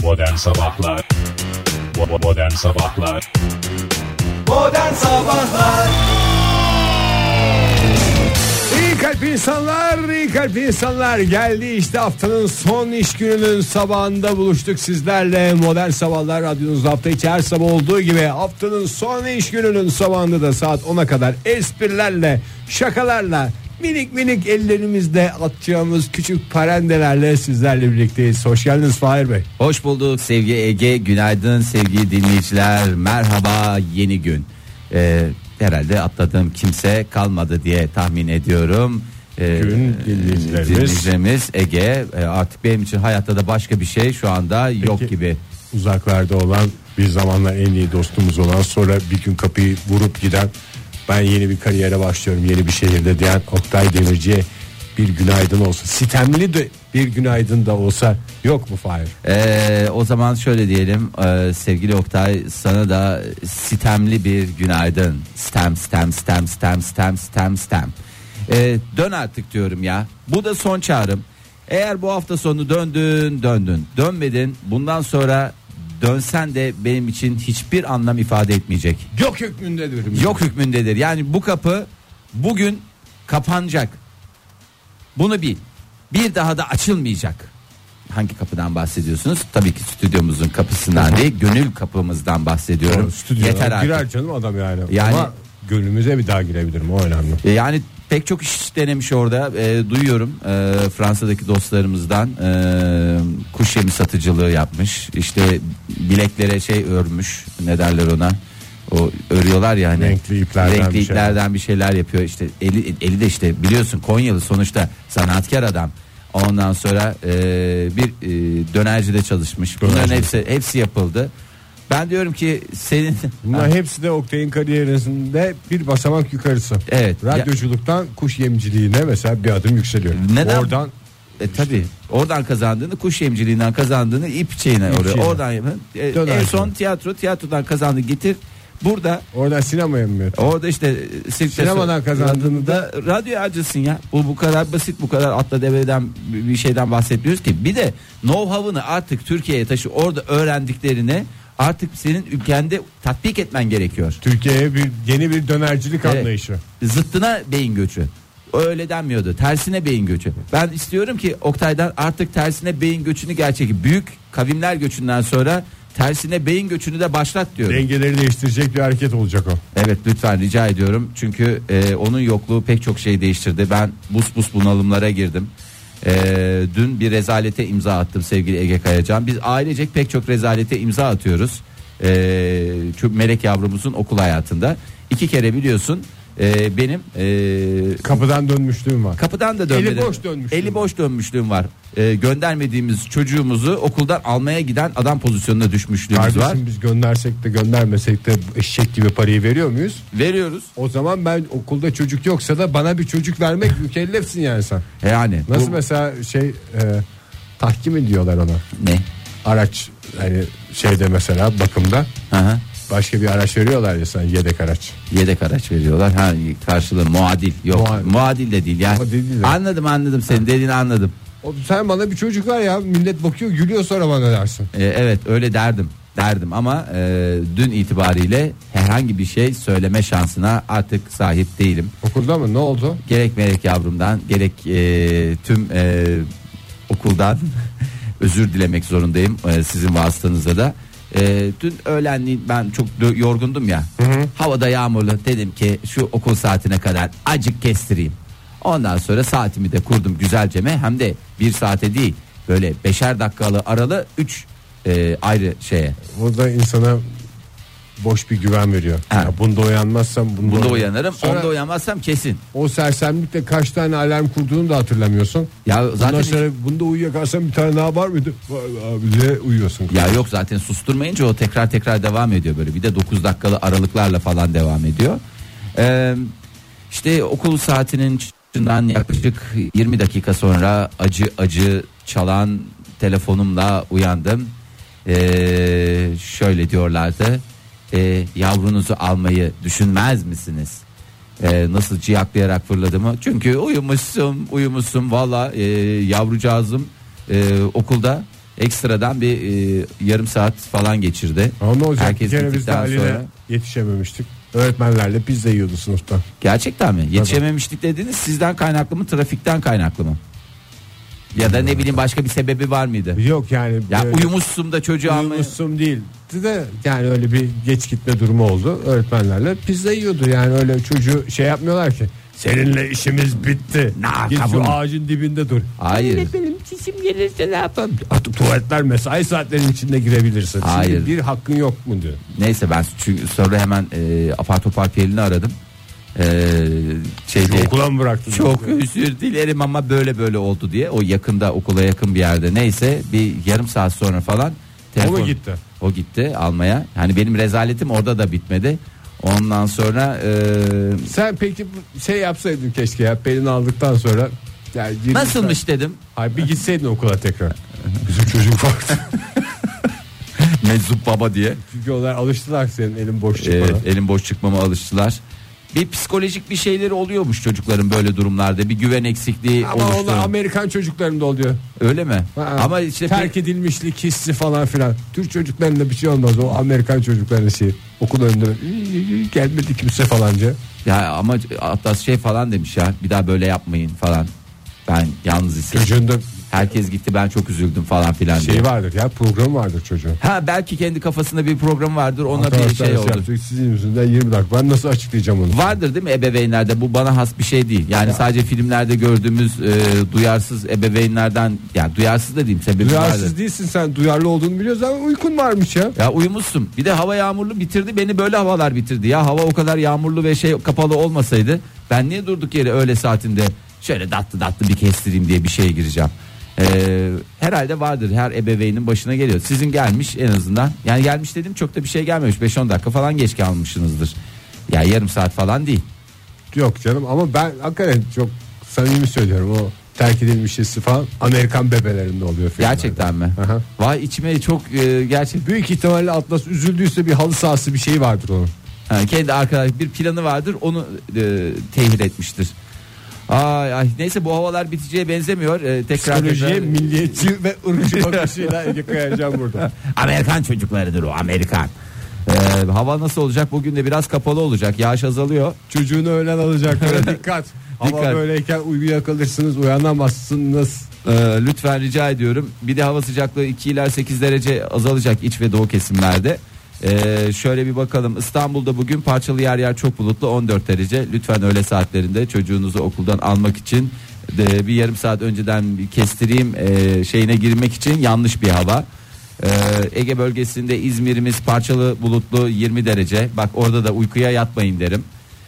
Modern Sabahlar. Modern Sabahlar. Modern Sabahlar. İyi kalp insanlar geldi işte, haftanın son iş gününün sabahında buluştuk sizlerle. Modern Sabahlar radyonuzda hafta içi her sabah olduğu gibi haftanın son iş gününün sabahında da saat 10'a kadar esprilerle, şakalarla, minik ellerimizde atacağımız küçük parendelerle sizlerle birlikteyiz. Hoş geldiniz Fahir Bey. Hoş bulduk sevgili Ege, günaydın sevgili dinleyiciler, merhaba, yeni gün. Herhalde atladığım kimse kalmadı diye tahmin ediyorum. Gün dinleyicilerimiz Ege, artık benim için hayatta da başka bir şey şu anda yok gibi. Uzaklarda olan, bir zamanlar en iyi dostumuz olan, sonra bir gün kapıyı vurup giden, ben yeni bir kariyere başlıyorum yeni bir şehirde diyen Oktay Demirci'ye bir günaydın olsun. Sitemli de bir günaydın da olsa yok mu Fahir? O zaman şöyle diyelim, sevgili Oktay, sana da sitemli bir günaydın. Stem. Dön artık diyorum ya. Bu da son çağrım. Eğer bu hafta sonu döndün, dönmedin, bundan sonra dönsen de benim için hiçbir anlam ifade etmeyecek. Yok hükmündedir. Yok hükmündedir. Yani bu kapı bugün kapanacak. Bunu bil. Bir daha da açılmayacak. Hangi kapıdan bahsediyorsunuz? Tabii ki stüdyomuzun kapısından değil, gönül kapımızdan bahsediyorum. Yeter artık. Girer canım adam yani. Ama gönlümüze bir daha girebilirim, o önemli. Yani pek çok iş denemiş orada, duyuyorum Fransa'daki dostlarımızdan, kuş yemi satıcılığı yapmış, işte bileklere örmüş, ne derler ona, o örüyorlar ya hani, renkli iplerden bir şeyler yapıyor, işte eli de işte biliyorsun Konyalı sonuçta, sanatkar adam. Ondan sonra bir dönercide çalışmış. Bunların hepsi yapıldı. Ben diyorum ki senin bunlar hepsi de Oktay'ın kariyerinde bir basamak yukarısı. Evet. Radyoculuktan kuş yemciliğine mesela bir adım yükseliyor. Neden? Oradan tabii oradan kazandığını, kuş yemciliğinden kazandığını ip şeyine oraya. Oradan en son tiyatrodan kazandı, getir. Burada oradan sinemaya mı? Orada işte sinemadan kazandığını da radyo acısın ya. Bu kadar basit, bu kadar atla deveden bir şeyden bahsetmiyoruz ki. Bir de know-how'ını artık Türkiye'ye taşı, orada öğrendiklerini artık senin ülkende tatbik etmen gerekiyor. Türkiye'ye yeni bir dönercilik anlayışı. Zıttına beyin göçü. Öyle denmiyordu. Tersine beyin göçü. Ben istiyorum ki Oktay'dan artık tersine beyin göçünü gerçek, büyük kavimler göçünden sonra tersine beyin göçünü de başlat diyorum. Dengeleri değiştirecek bir hareket olacak o. Evet, lütfen rica ediyorum. Çünkü onun yokluğu pek çok şey değiştirdi. Ben bus bunalımlara girdim. Dün bir rezalete imza attım sevgili Ege Kayacan. Biz ailecek pek çok rezalete imza atıyoruz. Çünkü Melek yavrumuzun okul hayatında 2 kere biliyorsun benim kapıdan dönmüşlüğüm var. Kapıdan da dönmedim. Eli boş dönmüşlüğüm var. Göndermediğimiz çocuğumuzu okuldan almaya giden adam pozisyonuna düşmüşlüğümüz var. Kardeşim, biz göndersek de göndermesek de eşek gibi parayı veriyor muyuz? Veriyoruz. O zaman ben okulda çocuk yoksa da bana bir çocuk vermek mükellefsin yani sen. Yani nasıl mesela tahkim ediyorlar ona. Ne? Araç, hani şeyde mesela bakımda. Hı. Başka bir araç veriyorlar ya sana, yedek araç. Yedek araç veriyorlar. Karşılığı muadil. Yok. Muadil de değil ya. Anladım, senin dediğini anladım. Sen bana bir çocuk ver ya, millet bakıyor gülüyor, sonra bana dersin. Evet, öyle derdim ama dün itibariyle herhangi bir şey söyleme şansına artık sahip değilim. Okulda mı, ne oldu? Gerek Melek yavrumdan, gerek tüm okuldan özür dilemek zorundayım sizin vasıtanızda da. Dün öğlenliğin ben çok yorgundum ya. Hı. Havada yağmurlu, dedim ki şu okul saatine kadar acık kestireyim. Ondan sonra saatimi de kurdum güzelceme, hem de 1 saate değil, böyle 5'er dakikalı aralı 3 ayrı şeye. O da insana boş bir güven veriyor. Ya bunda uyanmazsam bunda uyanırım, onda uyanmazsam kesin. O sersemlikle kaç tane alarm kurduğunu da hatırlamıyorsun. Ya zaten sonra bunda uyuyakalsam bir tane daha var mıydı? Abi diye uyuyorsun. Ya yok, zaten susturmayınca o tekrar devam ediyor böyle. Bir de 9 dakikalı aralıklarla falan devam ediyor. İşte okul saatinin çıkışından yaklaşık 20 dakika sonra acı çalan telefonumla uyandım. Şöyle diyorlardı. Yavrunuzu almayı düşünmez misiniz? Nasıl ciyaklayarak fırladığımı. Çünkü uyumuşsun valla, yavrucağızım okulda ekstradan bir yarım saat falan geçirdi. Ama ne olacak? Herkes Bir kere biz de gittikten Ali'ne sonra. yetişememiştik. Öğretmenlerle pizza yiyordu sınıfta. Gerçekten mi? Yetişememiştik dediniz, sizden kaynaklı mı, trafikten kaynaklı mı? Ya da ne bileyim başka bir sebebi var mıydı? Yok yani. Ya uyumuşsun da çocuğu almaya. Uyumuşsun değil. De yani öyle bir geç gitme durumu oldu. Öğretmenlerle pizza yiyordu. Yani öyle çocuğu şey yapmıyorlar ki. Seninle işimiz bitti. Git şu ağacın dibinde dur. Hayır. Benim çişim gelirse ne yapalım? Artık tuvaletler mesai saatlerinin içinde girebilirsin. Hayır. Şimdi bir hakkın yok mu diyor. Neyse ben çünkü sonra hemen apar topar Pelin'i aradım. Okula mı bıraktın? Çok özür dilerim ama böyle oldu diye. O yakında, okula yakın bir yerde, neyse bir yarım saat sonra falan O mu gitti? O gitti almaya. Hani benim rezaletim orada da bitmedi. Ondan sonra Sen peki şey yapsaydın keşke ya, Pelin aldıktan sonra yani nasılmış dedim. Hayır, bir gitseydin okula tekrar. Bizim çocuk vardı. Meczup baba diye. Çünkü onlar alıştılar senin elin boş çıkmana. Elim boş çıkmama alıştılar. Bir psikolojik bir şeyleri oluyormuş çocukların böyle durumlarda. Bir güven eksikliği Ama oluştu. onlar Amerikan çocuklarında oluyor. Öyle mi? Ha, Ama işte terk edilmişlik hissi falan filan. Türk çocuklarında bir şey olmaz. O Amerikan çocuklarının şeyi. Okul önünde gelmedi kimse falanca. ya ama hatta şey falan demiş ya, bir daha böyle yapmayın falan. Ben yalnız hissettim. Çocuğun da Herkes gitti, ben çok üzüldüm falan filan diye. şey vardır ya, programı vardır çocuğun. Ha belki kendi kafasında bir program vardır, ona bir şey oldu. Yapacak, sizin yüzünden 20 dakika. Ben nasıl açıklayacağım onu? Vardır değil mi ebeveynlerde, bu bana has bir şey değil. Yani sadece filmlerde gördüğümüz duyarsız ebeveynlerden, yani duyarsız da diyeyim, sebebi Duyarsız vardır. değilsin sen, duyarlı olduğunu biliyoruz ama uykun varmış ya. Ya uyumuşsun. Bir de hava yağmurlu bitirdi beni, böyle havalar bitirdi. Ya hava o kadar yağmurlu ve şey kapalı olmasaydı ben niye durduk yere öğle saatinde şöyle datlı bir kestireyim diye bir şeye gireceğim. Herhalde vardır, her ebeveynin başına geliyor. Sizin gelmiş en azından. Yani gelmiş dedim, çok da bir şey gelmemiş. 5-10 dakika falan geç kalmışsınızdır. Yani yarım saat falan değil. Yok canım, ama ben hakikaten çok samimi söylüyorum, o terk edilmiş hissi falan Amerikan bebelerinde oluyor filmlerde. Gerçekten mi? Aha. Vay içime çok gerçek. Büyük ihtimalle Atlas üzüldüyse bir halı sahası bir şey vardır onun. Kendi arkadaş bir planı vardır, onu tehir etmiştir. Ay neyse, bu havalar biteceğe benzemiyor. Psikolojiye milliyetçi ve ırkçı bakışıyla yıkayacağım burada. Amerikan çocuklarıdır o, Amerikan. Hava nasıl olacak? Bugün de biraz kapalı olacak. Yağış azalıyor. Çocuğunu öğlen alacaklara dikkat. Hava Dikkat. böyleyken uyuyakalırsınız, uyanamazsınız. Lütfen rica ediyorum. Bir de hava sıcaklığı 2 ila 8 derece azalacak iç ve doğu kesimlerde. Şöyle bir bakalım. İstanbul'da bugün parçalı yer çok bulutlu, 14 derece. Lütfen öğle saatlerinde çocuğunuzu okuldan almak için bir yarım saat önceden bir kestireyim şeyine girmek için yanlış bir hava. Ege bölgesinde İzmir'imiz parçalı bulutlu, 20 derece. Bak orada da uykuya yatmayın derim.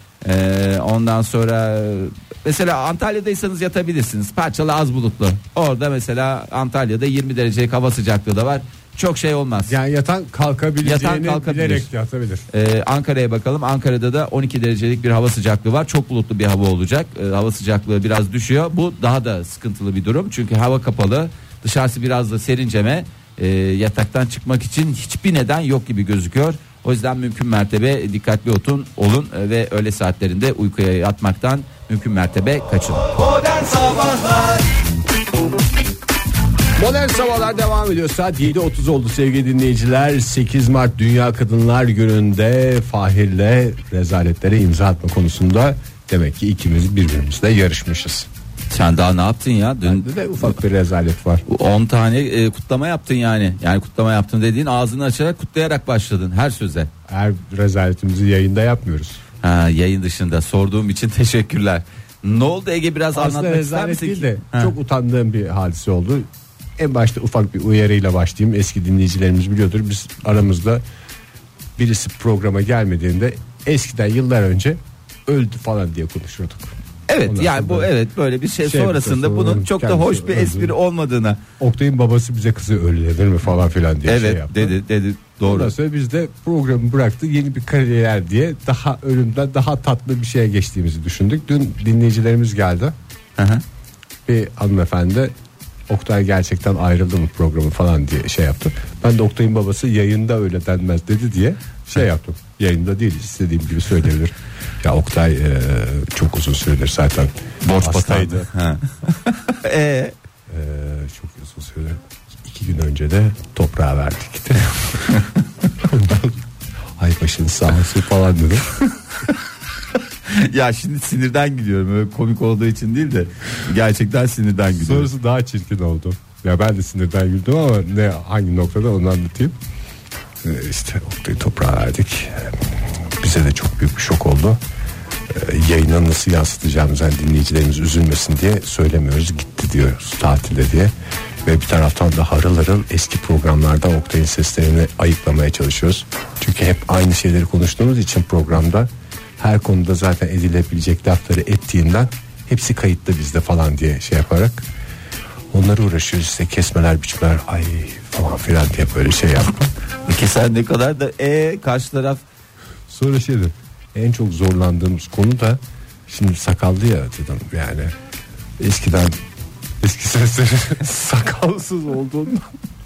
Ondan sonra mesela Antalya'daysanız yatabilirsiniz. Parçalı az bulutlu. Orada mesela Antalya'da 20 derecelik hava sıcaklığı da var. Çok şey olmaz. Yani yatan kalkabileceğini kalkabilir. bilerek yatabilir. Ankara'ya bakalım. Ankara'da da 12 derecelik bir hava sıcaklığı var. Çok bulutlu bir hava olacak. Hava sıcaklığı biraz düşüyor. Bu daha da sıkıntılı bir durum. Çünkü hava kapalı. Dışarısı biraz da serinceme. Yataktan çıkmak için hiçbir neden yok gibi gözüküyor. O yüzden mümkün mertebe dikkatli olun ve öğle saatlerinde uykuya yatmaktan mümkün mertebe kaçının. Modern Sabahlar. Modern Sabahlar devam ediyor. Saat 7.30 oldu sevgili dinleyiciler. 8 Mart Dünya Kadınlar Günü'nde Fahir'le rezaletlere imza atma konusunda demek ki ikimiz birbirimizle yarışmışız. Sen daha ne yaptın ya? Dün Bende de ufak bir rezalet var. 10 tane kutlama yaptın yani. Yani kutlama yaptın dediğin, ağzını açarak kutlayarak başladın her söze. Her rezaletimizi yayında yapmıyoruz. Yayın dışında sorduğum için teşekkürler. Ne oldu Ege, biraz Aslında anlatmak ister rezalet misin? değil de çok utandığım bir hadise oldu. En başta ufak bir uyarıyla başlayayım. Eski dinleyicilerimiz biliyordur. Biz aramızda birisi programa gelmediğinde eskiden yıllar önce öldü falan diye konuşuyorduk. Evet Ondan yani sonra bu evet böyle bir şey sonrasında sonra bunun çok da kendisi hoş bir öldü. espri olmadığına. Oktay'ın babası bize kızı öyle denir mi falan filan diye şey Evet yaptı. dedi doğru. Ondan sonra biz de programı bıraktı, yeni bir kariyer diye daha ölümden daha tatlı bir şeye geçtiğimizi düşündük. Dün dinleyicilerimiz geldi. Hı hı. Bir hanımefendi Oktay gerçekten ayrıldı mı programı falan diye şey yaptı. Ben de Oktay'ın babası yayında öyle denmez dedi diye şey yaptım. Yayında değil, istediğim gibi söyleyebilir. Ya Oktay çok uzun süredir zaten Borç hastaydı. batağıydı. Ha. Çok uzun süre. 2 gün önce de toprağa verdik. Ay başın sağ olsun falan dedim. Ya şimdi sinirden gidiyorum, öyle komik olduğu için değil de gerçekten sinirden gidiyorum. Sonrası daha çirkin oldu. Ya ben de sinirden güldüm ama hangi noktada onu anlatayım. İşte Oktay'ı toprağa verdik. Bize de çok büyük bir şok oldu. Yayına nasıl yansıtacağımız, yani dinleyicilerimiz üzülmesin diye söylemiyoruz, gitti diyoruz tatilde diye. Ve bir taraftan da harıl harıl eski programlardan Oktay'ın seslerini ayıklamaya çalışıyoruz. Çünkü hep aynı şeyleri konuştuğumuz için programda her konuda zaten edilebilecek lafları ettiğinden hepsi kayıtlı bizde falan diye şey yaparak onları uğraşıyoruz, işte kesmeler biçmeler ay falan filan diye böyle şey yaptım. Keser ne kadar da karşı taraf. Sonra şeydi, en çok zorlandığımız konu da şimdi sakallı ya dedim, yani eskiden eski sesleri sakalsız olduğundan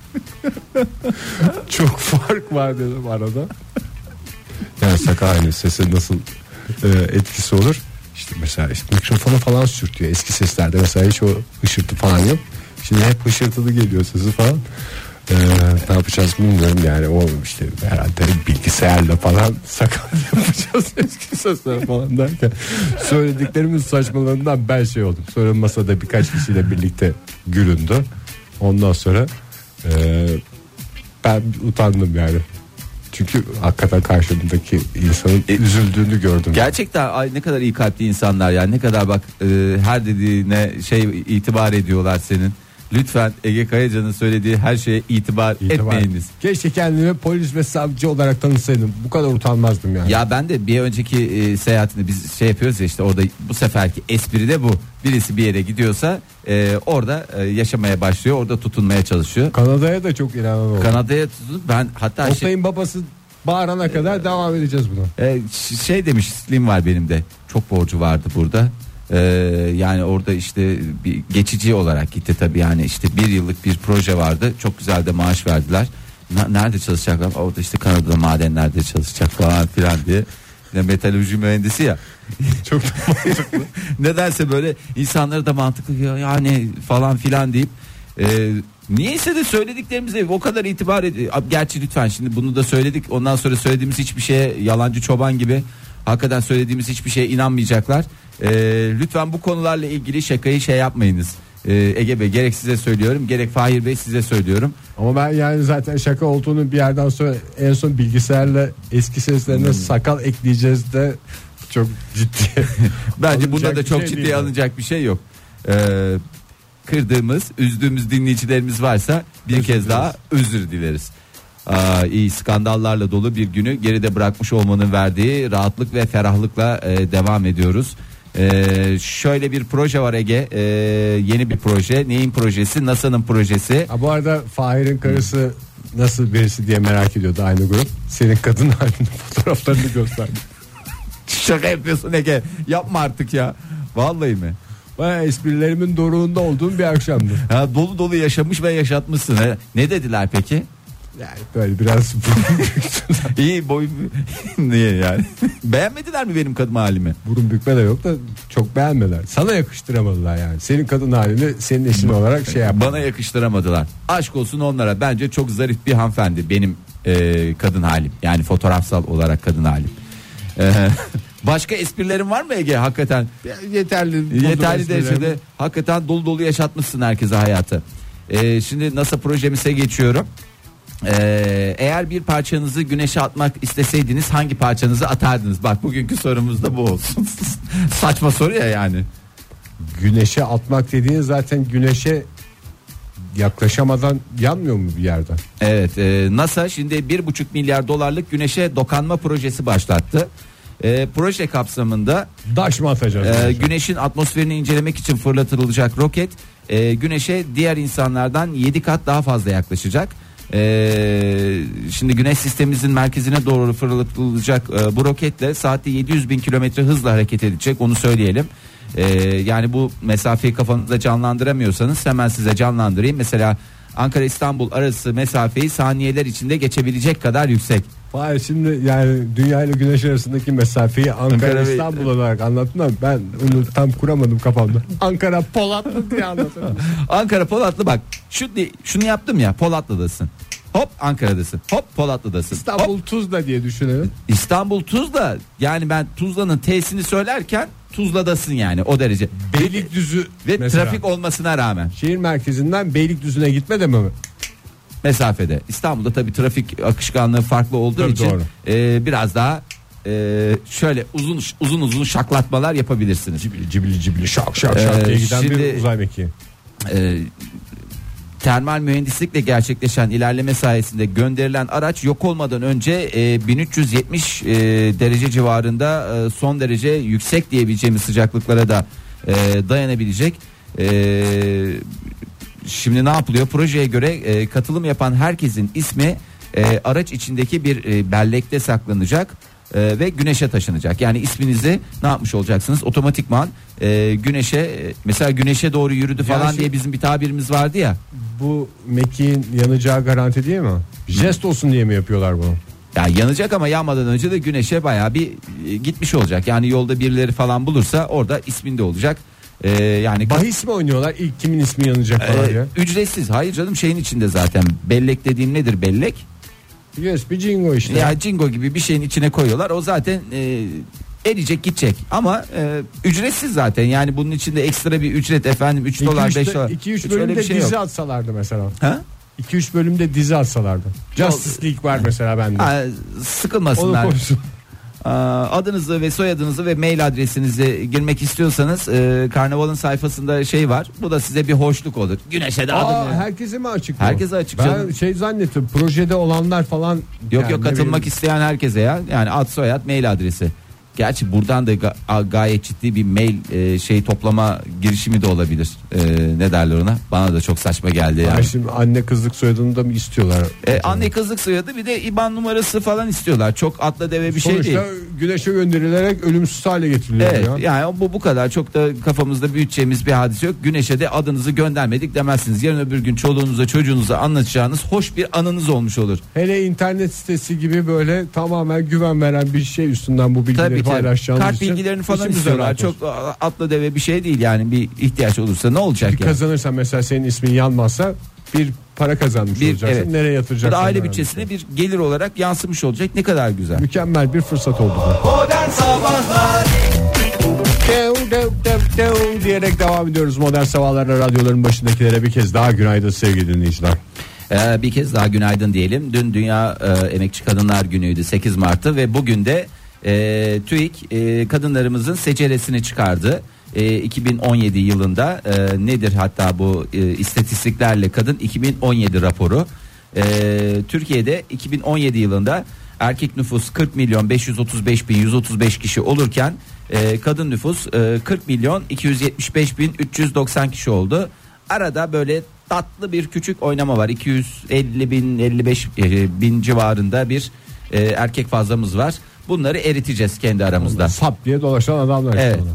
çok fark var dedim arada. Yani sakal aynı sese nasıl etkisi olur? İşte mesela işte mikrofona falan sürtüyor. Eski seslerde mesela hiç o hışırtı falan yok. Şimdi hep hışırtılı geliyor sesi falan. Ne yapacağız bilmiyorum yani, o işte herhalde bilgisayarla falan sakal yapacağız eski sesler falan derken söylediklerimiz saçmalığından ben şey oldum. Sonra masada birkaç kişiyle birlikte gülündü. Ondan sonra ben utandım yani. Çünkü hakikaten karşımdaki insanın üzüldüğünü gördüm. Gerçekten ay ne kadar iyi kalpli insanlar yani, ne kadar bak her dediğine şey itibar ediyorlar senin. Lütfen Ege Kayacan'ın söylediği her şeye itibar etmeyiniz. Keşke kendimi polis ve savcı olarak tanısaydım. Bu kadar utanmazdım yani. Ya ben de bir önceki seyahatinde biz şey yapıyoruz ya, işte orada bu seferki espri de bu. Birisi bir yere gidiyorsa orada yaşamaya başlıyor, orada tutunmaya çalışıyor. Kanada'ya da çok inanan oldu. Kanada'ya tutun, ben hatta Oktay'ın babası bağırana kadar devam edeceğiz buna. Şey demiş, Slim var benim de çok borcu vardı burada. Yani orada işte bir geçici olarak gitti tabii, yani işte bir yıllık bir proje vardı, çok güzel de maaş verdiler. Nerede çalışacaklar? Orada işte Kanada'da madenlerde çalışacak falan filan diye. Metalurji mühendisi ya. Çok mantıklı. Nedense böyle insanları da mantıklı yani falan filan deyip niyeyse de söylediklerimize o kadar itibar ediyor. Gerçi lütfen şimdi bunu da söyledik, ondan sonra söylediğimiz hiçbir şeye yalancı çoban gibi hakikaten söylediğimiz hiçbir şeye inanmayacaklar. Lütfen bu konularla ilgili şakayı şey yapmayınız. Ege Bey, gerek size söylüyorum, gerek Fahir Bey size söylüyorum. Ama ben yani zaten şaka olduğunu bir yerden sonra en son bilgisayarla eski seslerine sakal ekleyeceğiz de çok ciddi. Bence bunda da çok ciddiye alınacak bir şey yok. Kırdığımız, üzdüğümüz dinleyicilerimiz varsa bir kez daha özür dileriz. İyi skandallarla dolu bir günü geride bırakmış olmanın verdiği rahatlık ve ferahlıkla devam ediyoruz. Şöyle bir proje var Ege, yeni bir proje. Neyin projesi? NASA'nın projesi. Bu arada Fahir'in karısı nasıl birisi diye merak ediyordu aynı grup. Senin kadın halinin fotoğraflarını gösterdi. Şaka yapıyorsun Ege, yapma artık ya. Vallahi mi? Baya esprilerimin doruğunda olduğum bir akşamdı. Ha, dolu dolu yaşamış ve yaşatmışsın. Ne dediler peki? Yani böyle biraz İyi boy niye yani? Beğenmediler mi benim kadın halimi? Burun bükme de yok da çok beğenmediler. Sana yakıştıramadılar yani. Senin kadın halini senin eşin olarak şey yap. Bana yakıştıramadılar. Aşk olsun onlara. Bence çok zarif bir hanımefendi benim kadın halim. Yani fotoğrafsal olarak kadın halim. Başka esprilerin var mı Ege hakikaten? Yeterli derecede hakikaten dolu dolu yaşatmışsın herkese hayatı. Şimdi NASA projemize geçiyorum. Eğer bir parçanızı güneşe atmak isteseydiniz hangi parçanızı atardınız? Bak bugünkü sorumuz da bu olsun. Saçma soru ya yani. Güneşe atmak dediğin zaten güneşe yaklaşamadan yanmıyor mu bir yerden? Evet, NASA şimdi 1,5 milyar dolarlık güneşe dokanma projesi başlattı. Proje kapsamında daş mı atacağız? Güneşin atmosferini incelemek için fırlatılacak roket güneşe diğer insanlardan 7 kat daha fazla yaklaşacak. Şimdi güneş sistemimizin merkezine doğru fırlatılacak bu roketle saatte 700 bin kilometre hızla hareket edecek, onu söyleyelim. Yani bu mesafeyi kafanızda canlandıramıyorsanız hemen size canlandırayım. Mesela Ankara İstanbul arası mesafeyi saniyeler içinde geçebilecek kadar yüksek. Hayır, şimdi yani dünya ile güneş arasındaki mesafeyi Ankara ve İstanbul olarak anlattın ama ben onu tam kuramadım kafamda. Ankara Polatlı diye anlatıyorum. Ankara Polatlı, bak şunu yaptım ya, Polatlı'dasın. Hop Ankara'dasın. Hop Polatlı'dasın. İstanbul Hop. Tuzla diye düşünelim. İstanbul Tuzla, yani ben Tuzla'nın T'sini söylerken Tuzla'dasın yani, o derece. Beylikdüzü Ve mesela. trafik olmasına rağmen Şehir merkezinden Beylikdüzü'ne gitme deme mi? mesafede. İstanbul'da tabii trafik akışkanlığı farklı olduğu Tabii, için doğru. Biraz daha şöyle uzun şaklatmalar yapabilirsiniz. Cibili şak şak şak diye giden şimdi, bir uzay mekiği. Termal mühendislikle gerçekleşen ilerleme sayesinde gönderilen araç yok olmadan önce 1370 derece civarında son derece yüksek diyebileceğimiz sıcaklıklara da dayanabilecek. Şimdi ne yapılıyor? Projeye göre katılım yapan herkesin ismi araç içindeki bir bellekte saklanacak ve güneşe taşınacak. Yani isminizi ne yapmış olacaksınız? Otomatikman güneşe, mesela güneşe doğru yürüdü falan diye bizim bir tabirimiz vardı ya. Bu mekiğin yanacağı garanti değil mi? Jest olsun diye mi yapıyorlar bunu? Ya yanacak ama yanmadan önce de güneşe bayağı bir gitmiş olacak. Yani yolda birileri falan bulursa orada isminde olacak. Yani bahis mi oynuyorlar? İlk kimin ismi yanacak falan diye. Ücretsiz. Hayır canım, şeyin içinde zaten. Bellek dediğin nedir bellek? USB Jingo işte. Ya Jingo gibi bir şeyin içine koyuyorlar. O zaten eriyecek, gidecek. Ama ücretsiz zaten. Yani bunun içinde ekstra bir ücret, efendim 3 dolar 5 dolar. 2-3 bölümde şey dizi yok. atsalardı mesela. Ha? 2-3 bölümde dizi atsalardı. Justice League var mesela bende. Ha, sıkılmasınlar. Onu koysun. Adınızı ve soyadınızı ve mail adresinizi girmek istiyorsanız Karnaval'ın sayfasında şey var. Bu da size bir hoşluk olur. Güneşe de adını. Herkese mi açık bu? Herkese açık Ben canım. şey zannettim, projede olanlar falan. Yok yani katılmak isteyen herkese ya. Yani ad soyad mail adresi. Gerçi buradan da gayet ciddi bir mail toplama girişimi de olabilir. Ne derler ona? Bana da çok saçma geldi yani. Şimdi anne kızlık soyadını da mı istiyorlar? Anne kızlık soyadı, bir de IBAN numarası falan istiyorlar. Çok atla deve bir Sonuçta şey değil. güneşe gönderilerek ölümsüz hale getiriliyor. Evet, ya. yani bu kadar çok da kafamızda büyüteceğimiz bir hadise yok. Güneşe de adınızı göndermedik demezsiniz. Yarın öbür gün çoluğunuza çocuğunuza anlatacağınız hoş bir anınız olmuş olur. Hele internet sitesi gibi böyle tamamen güven veren bir şey üstünden bu bilgileri paylaşacağınız kart için bilgilerini falan içimiz istiyorlar. rahat olsun. Çok atla deve bir şey değil yani, bir ihtiyaç olursa ne olacak yani? Kazanırsan mesela, senin ismin yanmazsa bir para kazanmış olacaksın. Evet. Nereye Bu yatıracaksın? da aile bütçesine bir gelir olarak yansımış olacak. Ne kadar güzel. Mükemmel bir fırsat oldu bu. Modern Sabahlar Diyerek devam ediyoruz Modern Sabahlar'la. Radyoların başındakilere bir kez daha günaydın sevgili dinleyiciler. Bir kez daha günaydın diyelim. Dün Dünya Emekçi Kadınlar Günü'ydü, 8 Mart'ta ve bugün de TÜİK kadınlarımızın seceresini çıkardı. 2017 yılında nedir hatta bu istatistiklerle kadın 2017 raporu. Türkiye'de 2017 yılında erkek nüfus 40 milyon 535 bin 135 kişi olurken kadın nüfus 40 milyon 275 bin 390 kişi oldu. Arada böyle tatlı bir küçük oynama var. 250 bin 55 bin civarında bir erkek fazlamız var. Bunları eriteceğiz kendi aramızda. Sap diye dolaşan adamlar. Evet. Işte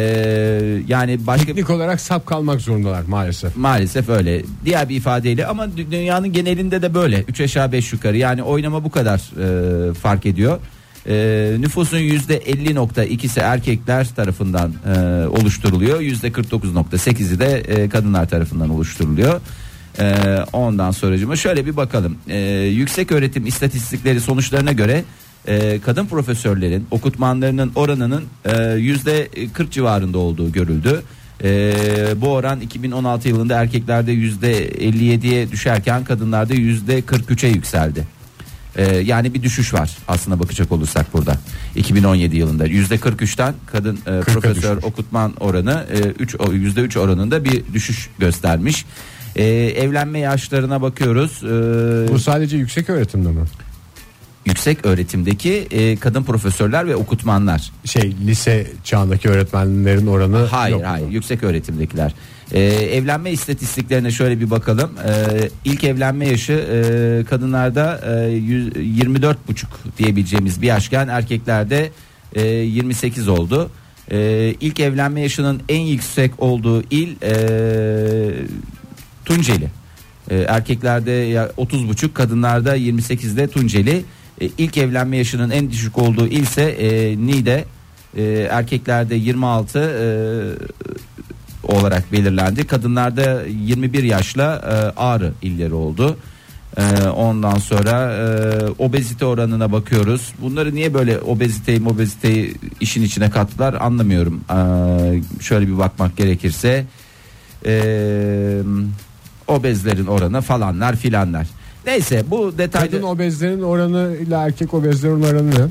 Yani başka teknik olarak sap kalmak zorundalar maalesef. Maalesef öyle. Diğer bir ifadeyle, ama dünyanın genelinde de böyle 3 aşağı 5 yukarı, yani oynama bu kadar fark ediyor. Nüfusun %50.2'si erkekler tarafından oluşturuluyor. %49.8'i de kadınlar tarafından oluşturuluyor. Ondan sonracığıma şöyle bir bakalım. Yüksek öğretim istatistikleri sonuçlarına göre kadın profesörlerin, okutmanlarının oranının %40 civarında olduğu görüldü. Bu oran 2016 yılında erkeklerde %57'ye düşerken kadınlarda %43'e yükseldi. Yani bir düşüş var aslında bakacak olursak burada. 2017 yılında %43'ten kadın profesör okutman oranı %3 oranında bir düşüş göstermiş. Evlenme yaşlarına bakıyoruz. Bu sadece yüksek öğretimde mi? Yüksek öğretimdeki kadın profesörler ve okutmanlar. Lise çağındaki öğretmenlerin oranı Hayır yok. hayır, yüksek öğretimdekiler. Evlenme istatistiklerine şöyle bir bakalım. İlk evlenme yaşı kadınlarda 24,5 diyebileceğimiz bir yaşken erkeklerde 28 oldu. İlk evlenme yaşının en yüksek olduğu il Tunceli. Erkeklerde 30,5, kadınlarda 28'de Tunceli. İlk evlenme yaşının en düşük olduğu ilse Niğde, erkeklerde 26 olarak belirlendi. Kadınlarda 21 yaşla Ağrı illeri oldu. Ondan sonra obezite oranına bakıyoruz. Bunları niye böyle obeziteyi işin içine kattılar anlamıyorum. Şöyle bir bakmak gerekirse obezlerin oranı falanlar filanlar. Neyse bu detaylı. Kadın obezlerin oranı ile erkek obezlerin oranı ne?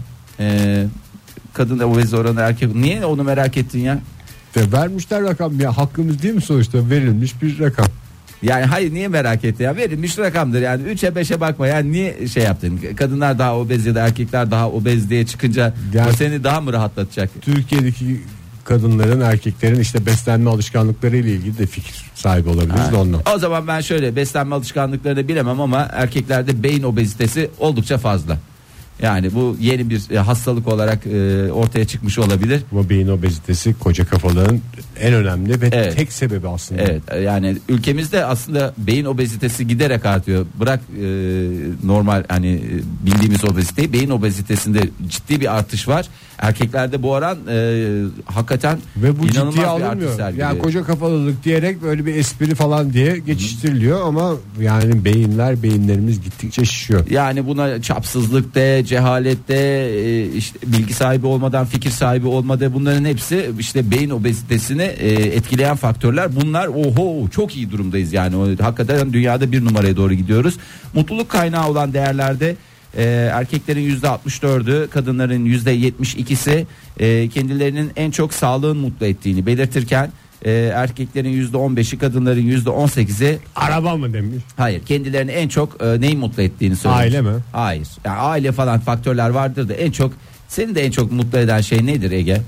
Kadın obez oranı erkek. Niye onu merak ettin ya? Vermişler rakam ya, hakkımız değil mi sonuçta, verilmiş bir rakam. Yani hayır, niye merak etti ya, verilmiş rakamdır yani 3'e 5'e bakma yani, niye şey yaptın, kadınlar daha obez ya da erkekler daha obez diye çıkınca yani, o seni daha mı rahatlatacak? Türkiye'deki kadınların erkeklerin işte beslenme alışkanlıkları ile ilgili de fikir sahibi olabiliriz de ondan. O zaman ben şöyle, beslenme alışkanlıklarını bilemem ama erkeklerde beyin obezitesi oldukça fazla. Yani bu yeni bir hastalık olarak ortaya çıkmış olabilir. Ama beyin obezitesi koca kafaların en önemli ve tek sebebi aslında. Evet, yani ülkemizde aslında beyin obezitesi giderek artıyor. Bırak normal hani bildiğimiz obeziteyi, beyin obezitesinde ciddi bir artış var. Erkeklerde bu oran hakikaten ve bu inanılmaz ciddiye bir alınmıyor. artış sergiliyor. Yani koca kafalılık diyerek böyle bir espri falan diye geçiştiriliyor ama yani beyinlerimiz gittikçe şişiyor. Yani buna çapsızlık de, cehalet de, işte bilgi sahibi olmadan fikir sahibi olmadan, bunların hepsi işte beyin obezitesini etkileyen faktörler. Bunlar çok iyi durumdayız yani, hakikaten dünyada bir numaraya doğru gidiyoruz. Mutluluk kaynağı olan değerlerde erkeklerin %64'ü, kadınların %72'si kendilerinin en çok sağlığın mutlu ettiğini belirtirken erkeklerin %15'i, kadınların %18'i araba mı demiş? Hayır, kendilerini en çok neyi mutlu ettiğini söylüyor. Aile mi? Hayır. Yani aile falan faktörler vardır da en çok, seni de en çok mutlu eden şey nedir Ege?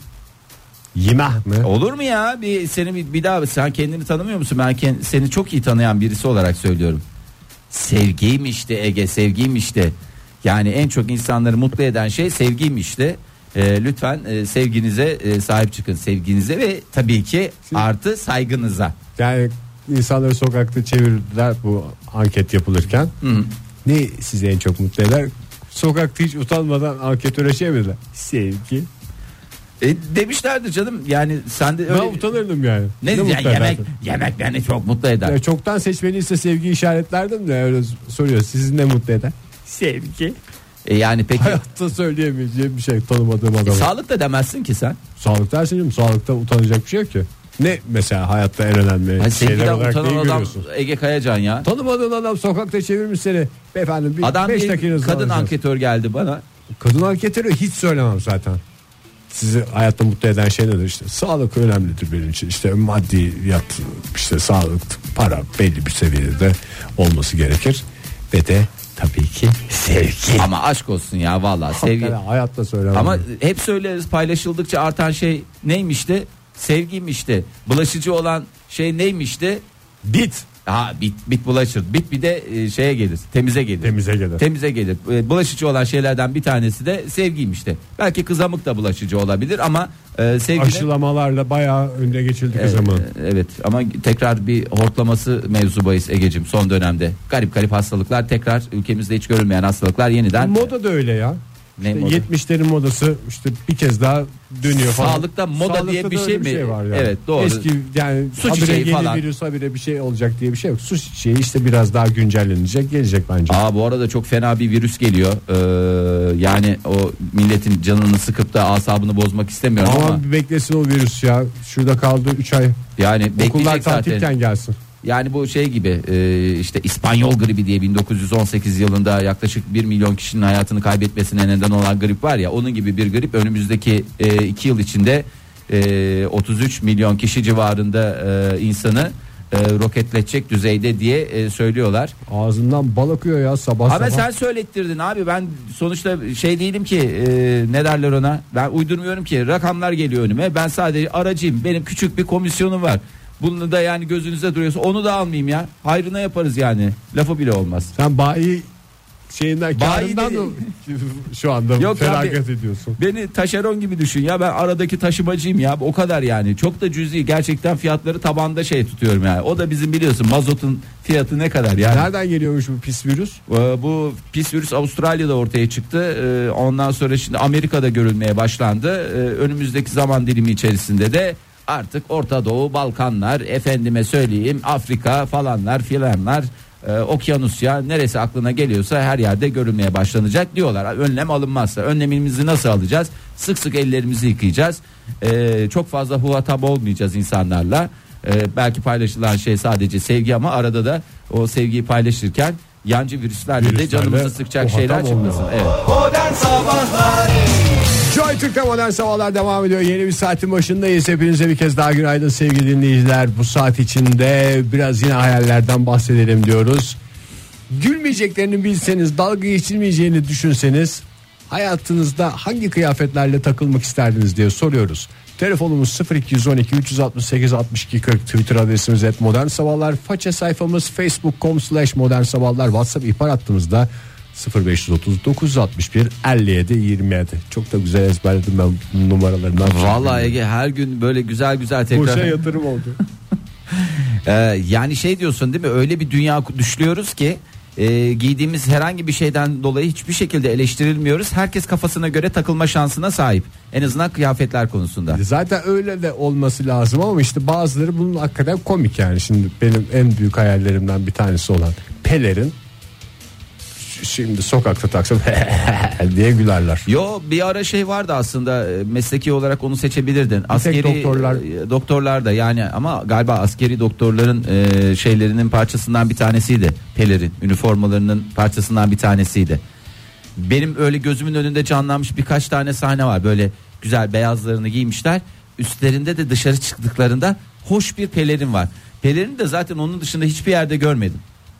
Yemek mi? Olur mu ya? Bir daha, sen kendini tanımıyor musun? Ben seni çok iyi tanıyan birisi olarak söylüyorum. Sevgiyim işte Ege, sevgiyim işte. Yani en çok insanları mutlu eden şey sevgiyim işte. Lütfen sevginize sahip çıkın, sevginize ve tabii ki artı saygınıza. Yani insanları sokakta çevirdiler bu anket yapılırken. Hı. Ne sizi en çok mutlu eder? Sokakta hiç utanmadan anketöre şey mi? Sevgi. Demişlerdir canım, yani sen de öyle. Ben utanırdım yani. Ne yemek beni çok mutlu eder. Ya çoktan seçmeliyse sevgi işaretlerdim de öyle soruyor. Sizi ne mutlu eder? Sevgi. Yani peki. Hayatta söyleyemeyeceğim bir şey tanımadığım adama. Sağlık da demezsin ki sen. Sağlık dersin canım, sağlıkta utanacak bir şey yok ki. Ne mesela hayatta en önemli şeyler olarak neyi görüyorsun? Ege Kayacan ya. Tanımadığın adam sokakta çevirmiş seni. Beyefendi bir adam 5 dakikanızı kadın alacağız. anketör geldi bana. Kadın anketörü hiç söylemem zaten. Sizi hayatta mutlu eden şey nedir? İşte sağlık önemlidir benim için. İşte maddiyat, işte sağlık, para belli bir seviyede olması gerekir. Ve de tabii ki sevgi. Ama aşk olsun ya, vallahi sevgi. Hayatta söylemem. Ama hep söyleriz, paylaşıldıkça artan şey neymişti? Sevgiymişti. Bulaşıcı olan şey neymişti? Bit. Bit bulaşır. Bit bir de şeye gelir. Temize gelir. Temize gelir. Bulaşıcı olan şeylerden bir tanesi de sevgiymişti. Belki kızamık da bulaşıcı olabilir ama sevginin... Aşılamalarla bayağı önde geçildi kızamığın. Evet ama tekrar bir hortlaması mevzu bahis Egeciğim son dönemde. Garip hastalıklar tekrar, ülkemizde hiç görülmeyen hastalıklar yeniden. Moda da öyle ya. İşte moda? 70'lerin modası işte bir kez daha dönüyor falan. Sağlıkta moda Sağlıkta diye bir şey mi? Şey var yani. Evet, doğru. Eski yani su çiçeği falan. Virüs habire bir şey olacak diye bir şey yok. Su çiçeği işte biraz daha güncellenecek, gelecek bence. Bu arada çok fena bir virüs geliyor. Yani o milletin canını sıkıp da asabını bozmak istemiyorum ama bir beklesin o virüs ya. Şurada kaldı 3 ay. Yani okullar bekleyecek zaten. tatilken gelsin. Yani bu şey gibi işte İspanyol gribi diye 1918 yılında yaklaşık 1 milyon kişinin hayatını kaybetmesine neden olan grip var ya, onun gibi bir grip önümüzdeki 2 yıl içinde 33 milyon kişi civarında insanı roketletecek düzeyde diye söylüyorlar. Ağzından bal akıyor ya sabah Ama sabah. sen söylettirdin abi, ben sonuçta şey değilim ki, ne derler ona, ben uydurmuyorum ki, rakamlar geliyor önüme, ben sadece aracıyım, benim küçük bir komisyonum var. Bunu da yani gözünüze duruyorsa onu da almayayım ya. Hayrına yaparız yani. Lafı bile olmaz. Sen bayi şeyinden karından mı şu anda Yok feragat ediyorsun? Beni taşeron gibi düşün ya, ben aradaki taşımacıyım ya, o kadar yani. Çok da cüzi, gerçekten fiyatları tabanda tutuyorum yani. O da bizim biliyorsun mazotun fiyatı ne kadar yani. Nereden geliyormuş bu pis virüs? Bu pis virüs Avustralya'da ortaya çıktı. Ondan sonra şimdi Amerika'da görülmeye başlandı. Önümüzdeki zaman dilimi içerisinde de artık Orta Doğu, Balkanlar, efendime söyleyeyim Afrika falanlar filanlar, Okyanusya, neresi aklına geliyorsa her yerde görülmeye başlanacak diyorlar. Önlem alınmazsa, önlemimizi nasıl alacağız? Sık sık ellerimizi yıkayacağız. Çok fazla muhatap olmayacağız insanlarla. Belki paylaşılan şey sadece sevgi, ama arada da o sevgiyi paylaşırken yancı virüslerle de canımızı sıkacak şeyler çıkmasın. Evet. Modern Sabahlar. Joy Türk'te Modern Sabahlar devam ediyor. Yeni bir saatin başındayız. Hepinize bir kez daha günaydın sevgili dinleyiciler. Bu saat içinde biraz yine hayallerden bahsedelim diyoruz. Gülmeyeceklerini bilseniz, dalga geçilmeyeceğini düşünseniz hayatınızda hangi kıyafetlerle takılmak isterdiniz diye soruyoruz. Telefonumuz 0212 368 62 40, Twitter adresimiz @modernsabahlar, faça sayfamız facebook.com/modernsabahlar, WhatsApp ihbar hattımızda 0530 961 57 27. Çok da güzel ezberledim ben numaralarından. Vallahi Ege, her gün böyle güzel tekrar. Boşa yatırım oldu. Yani diyorsun değil mi? Öyle bir dünya düşlüyoruz ki giydiğimiz herhangi bir şeyden dolayı hiçbir şekilde eleştirilmiyoruz. Herkes kafasına göre takılma şansına sahip. En azından kıyafetler konusunda. Zaten öyle de olması lazım ama işte bazıları bunun hakikaten komik yani. Şimdi benim en büyük hayallerimden bir tanesi olan pelerin, şimdi sokakta taksam diye gülerler. Yo, bir ara vardı aslında, mesleki olarak onu seçebilirdin. Askeri doktorlar da yani, ama galiba askeri doktorların şeylerinin parçasından bir tanesiydi. Pelerin üniformalarının parçasından bir tanesiydi. Benim öyle gözümün önünde canlanmış birkaç tane sahne var. Böyle güzel beyazlarını giymişler. Üstlerinde de dışarı çıktıklarında hoş bir pelerin var. Pelerini de zaten onun dışında hiçbir yerde görmedim.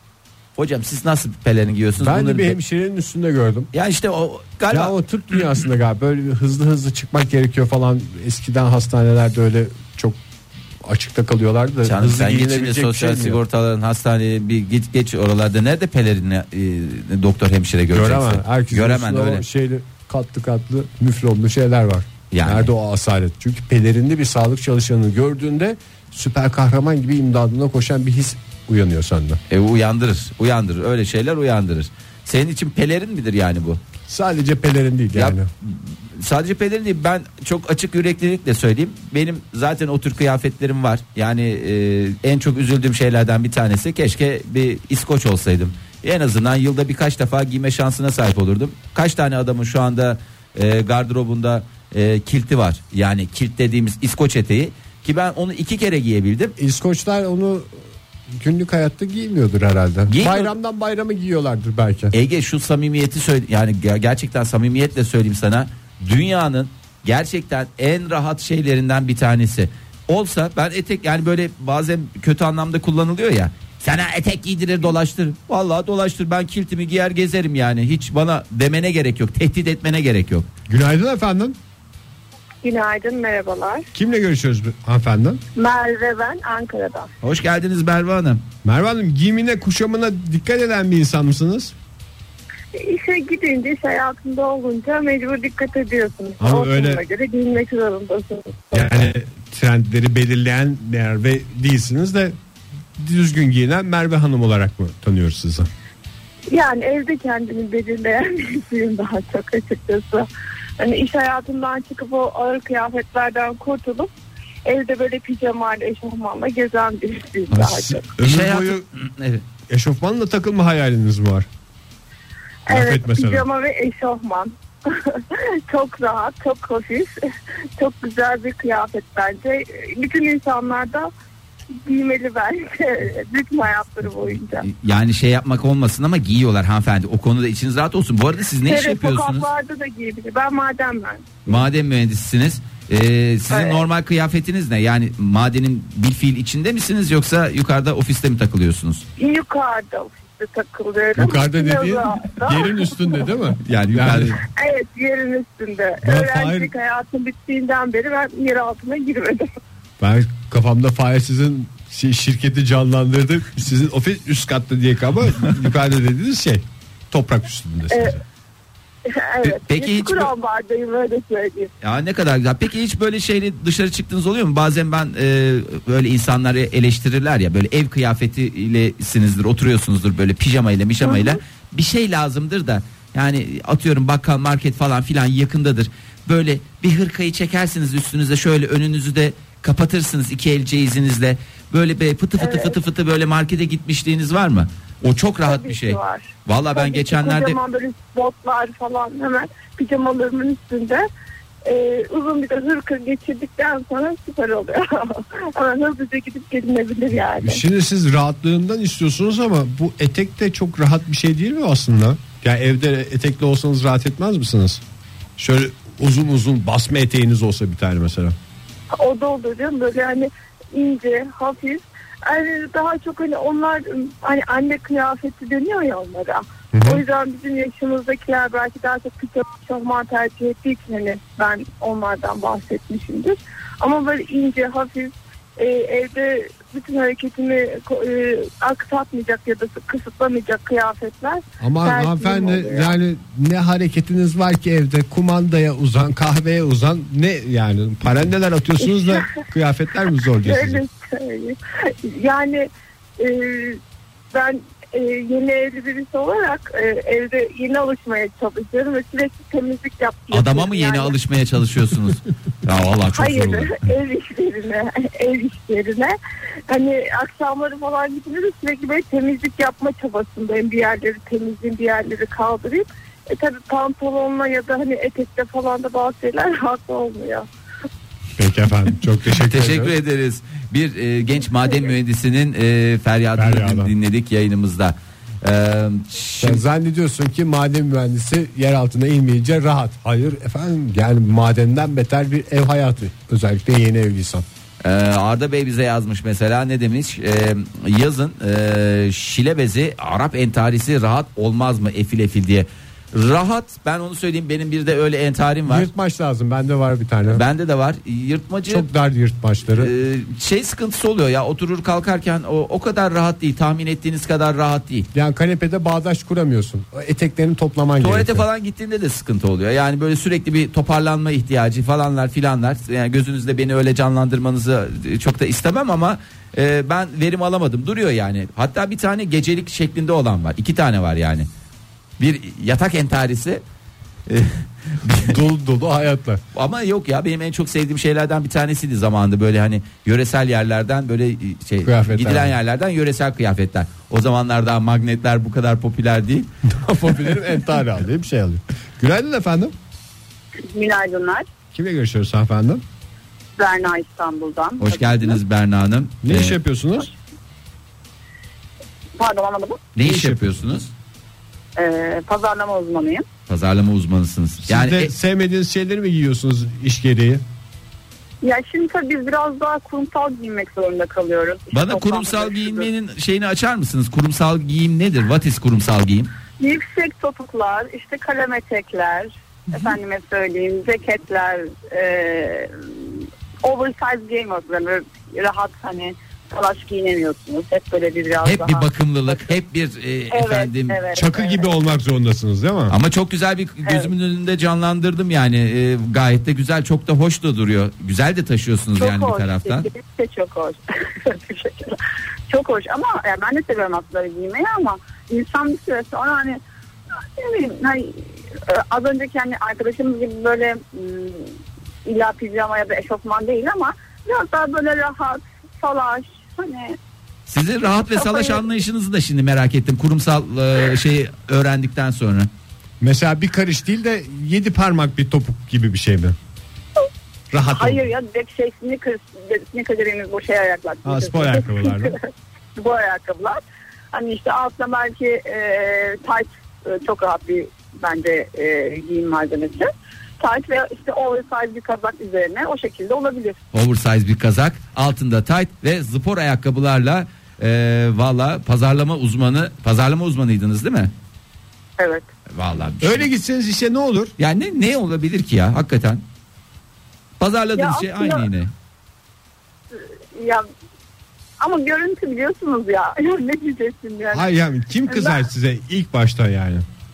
Hocam siz nasıl pelerin giyiyorsunuz? Ben de bir hemşirenin üstünde gördüm. Ya işte o galiba. Ya o Türk dünyasında galiba böyle bir hızlı çıkmak gerekiyor falan. Eskiden hastanelerde öyle çok açıkta kalıyorlardı da. Canım sen git şimdi sosyal sigortaların hastaneye bir geç oralarda, nerede pelerini doktor hemşire göreceksin? Göremem öyle. Şeyli katlı müflonlu şeyler var. Yani. Nerede o asalet? Çünkü pelerinli bir sağlık çalışanını gördüğünde süper kahraman gibi imdadına koşan bir his uyanıyor sende. Uyandırır. Öyle şeyler uyandırır. Senin için pelerin midir yani bu? Sadece pelerin değil yani. Sadece pelerin değil. Ben çok açık yüreklilikle söyleyeyim. Benim zaten o tür kıyafetlerim var. Yani en çok üzüldüğüm şeylerden bir tanesi, keşke bir İskoç olsaydım. En azından yılda birkaç defa giyme şansına sahip olurdum. Kaç tane adamın şu anda gardırobunda kilti var. Yani kilt dediğimiz İskoç eteği, ki ben onu 2 kere giyebildim. İskoçlar onu günlük hayatta giymiyordur herhalde. Bayramdan bayrama giyiyorlardır belki. Ege, şu samimiyeti söyle, yani gerçekten samimiyetle söyleyeyim sana, dünyanın gerçekten en rahat şeylerinden bir tanesi. Olsa ben etek, yani böyle bazen kötü anlamda kullanılıyor ya. Sana etek giydirir dolaştır. Vallahi dolaştır, ben kiltimi giyer gezerim yani. Hiç bana demene gerek yok. Tehdit etmene gerek yok. Günaydın efendim. Günaydın, merhabalar. Kimle görüşüyoruz hanımefendi? Merve, ben Ankara'dan. Hoş geldiniz Merve Hanım. Merve Hanım, giyimine kuşamına dikkat eden bir insan mısınız? İşe gidince, iş hayatında olunca mecbur dikkat ediyorsunuz. Ama ortamına öyle göre giyinmek zorundasınız. Yani trendleri belirleyen Merve değilsiniz de düzgün giyinen Merve Hanım olarak mı tanıyoruz sizi? Yani evde kendini belirleyen birisiyim daha çok açıkçası. Hani iş hayatından çıkıp o ağır kıyafetlerden kurtulup evde böyle pijamayla, eşofmanla gezen birisiyim daha çok. Ömür boyu evet, eşofmanla takılma hayaliniz mi var? Evet, pijama ve eşofman. Çok rahat, çok hafif, çok güzel bir kıyafet bence. Bütün insanlar da giymeli bence bütün hayatları boyunca. Yani yapmak olmasın ama giyiyorlar hanımefendi. O konuda içiniz rahat olsun. Bu arada siz ne iş yapıyorsunuz? Sokaklarda da giyebilir. Ben maden mühendisiyim. Maden mühendisisiniz. Sizin normal kıyafetiniz ne? Yani madenin bilfiil içinde misiniz, yoksa yukarıda ofiste mi takılıyorsunuz? Yukarıda ofiste takılıyorum. Yukarıda dediğin yerin üstünde değil mi? Yani yukarıda. Evet, yerin üstünde. Öğrencilik hayatım bittiğinden beri ben yer altına girmedim. Ben kafamda Fahir sizin şirketi canlandırdı. Sizin ofis üst katta diye, ama yukarıda dediğiniz toprak üstündesiniz. Evet. Peki hiç bardayım, öyle söyleyeyim. Ya ne kadar güzel. Peki hiç böyle şeyle dışarı çıktığınız oluyor mu? Bazen ben böyle insanları eleştirirler ya, böyle ev kıyafetiylesinizdir, oturuyorsunuzdur böyle pijamayla bir şey lazımdır da, yani atıyorum bakkal, market falan filan yakındadır. Böyle bir hırkayı çekersiniz üstünüze, şöyle önünüzü de kapatırsınız iki el ceyizinizle. Böyle be fıtı fıtı böyle markete gitmişliğiniz var mı? O çok rahat Tabii bir şey. Var. Vallahi ben geçenlerde kocaman böyle botlar falan hemen pijamalarımın üstünde uzun bir de hırka geçirdikten sonra süper oluyor. Hemen hızlıca gidip gelinebilir yani. Şimdi siz rahatlığından istiyorsunuz ama bu etek de çok rahat bir şey değil mi aslında? Yani evde etekli olsanız rahat etmez misiniz? Şöyle uzun basma eteğiniz olsa bir tane mesela. O da olur canım, böyle hani ince, hafif. Yani daha çok hani onlar hani anne kıyafeti deniyor ya onlara. O yüzden bizim yaşımızdakiler belki daha çok pijama tercih ettiği için hani ben onlardan bahsetmişimdir. Ama böyle ince, hafif, evde bütün hareketimi aksatmayacak ya da kısıtlamayacak kıyafetler. Ama hanımefendi, yani ne hareketiniz var ki evde? Kumandaya uzan, kahveye uzan, ne yani parandeler atıyorsunuz da kıyafetler mi zor diyor size? Yani ben yeni evli birisi olarak evde yeni alışmaya çalışıyorum ve sürekli temizlik yapıyorum. Adama mı yeni alışmaya çalışıyorsunuz? Ya vallahi çok hayır, zor olur. ev işlerine hani akşamları falan gidince de sürekli böyle temizlik yapma çabasındayım. Bir yerleri temizleyeyim, bir yerleri kaldırayım. Tabii pantolonla ya da hani etekte falan da bazı şeyler rahat olmuyor. Peki efendim, çok teşekkür ederiz. Bir genç maden mühendisinin feryadını dinledik yayınımızda. Sen zannediyorsun ki maden mühendisi yer altına inmeyince rahat. Hayır efendim, yani madenden beter bir ev hayatı, özellikle yeni evliysen. Arda Bey bize yazmış mesela, ne demiş? Yazın şile bezi, Arap entarisi rahat olmaz mı efil diye. Rahat, ben onu söyleyeyim, benim bir de öyle entarim var. Yırtmaç lazım, bende var bir tane. Bende de var yırtmacı. Çok dar yırtmaçları. Şey sıkıntısı oluyor ya, oturur kalkarken o kadar rahat değil, tahmin ettiğiniz kadar rahat değil. Yani kanepede bağdaş kuramıyorsun, eteklerini toplaman gerekiyor. Tuvalete falan gittiğinde de sıkıntı oluyor, yani böyle sürekli bir toparlanma ihtiyacı falanlar filanlar. Yani gözünüzde beni öyle canlandırmanızı çok da istemem ama ben verim alamadım, duruyor yani. Hatta bir tane gecelik şeklinde olan var, 2 tane var yani. Bir yatak entarisi dolu hayatlar. Ama yok ya, benim en çok sevdiğim şeylerden bir tanesiydi zamanında, böyle hani yöresel yerlerden, böyle gidilen yerlerden yöresel kıyafetler. O zamanlar daha magnetler bu kadar popüler değil. Daha popülerim entari alıyor, bir şey alıyor. Günaydın efendim. Günaydınlar. Kimle görüşüyoruz efendim? Berna İstanbul'dan. Hoş geldiniz Berna Hanım. Ne iş yapıyorsunuz? Pardon, anlamadım. Ne iş yapıyorsunuz? Pazarlama uzmanıyım. Pazarlama uzmanısınız. Siz yani de sevmediğiniz şeyleri mi giyiyorsunuz iş gereği? Ya şimdi tabii biz biraz daha kurumsal giyinmek zorunda kalıyoruz. Bana kurumsal giyinmenin şeyini açar mısınız? Kurumsal giyim nedir? What is kurumsal giyim? Yüksek topuklar, işte kalem etekler, efendime söyleyeyim, ceketler, oversize giymiyorsunuz. Yani rahat, hani talaş giyinemiyorsunuz. Hep böyle biraz hep daha. Bir bakımlılık, hep bir efendim çakı gibi olmak zorundasınız değil mi? Ama çok güzel, bir gözümün önünde canlandırdım yani. Gayet de güzel, çok da hoş da duruyor. Güzel de taşıyorsunuz çok yani hoş, bir taraftan. Çok hoş. Çok hoş ama yani ben de seviyorum aslında giymeyi ama insan bir süre sonra hani ne bileyim, hani az önceki hani arkadaşımız gibi böyle illa pijama ya da eşofman değil ama biraz daha böyle rahat, salaş, hani. Sizin rahat ve salaş anlayışınızı da şimdi merak ettim, kurumsal şeyi öğrendikten sonra. Mesela bir karış değil de 7 parmak bir topuk gibi bir şey mi? Rahat. Hayır ya, direkt sneaker dediğimiz bu şey ayaklar. Spor ayakkabılar mı? Spor ayakkabılar. Hani işte altına belki tight, çok rahat bir bence giyim malzemesi. Tight ve işte oversize bir kazak üzerine, o şekilde olabilir. Oversize bir kazak, altında tight ve spor ayakkabılarla valla pazarlama uzmanıydınız değil mi? Evet. Vallahi öyle gitseniz işte ne olur? Yani ne olabilir ki ya hakikaten? Pazarladığınız şey aynı yine. Ya ama görüntü biliyorsunuz ya. Ne diyeceksin yani? Hayır yani kim kızar size ilk başta yani?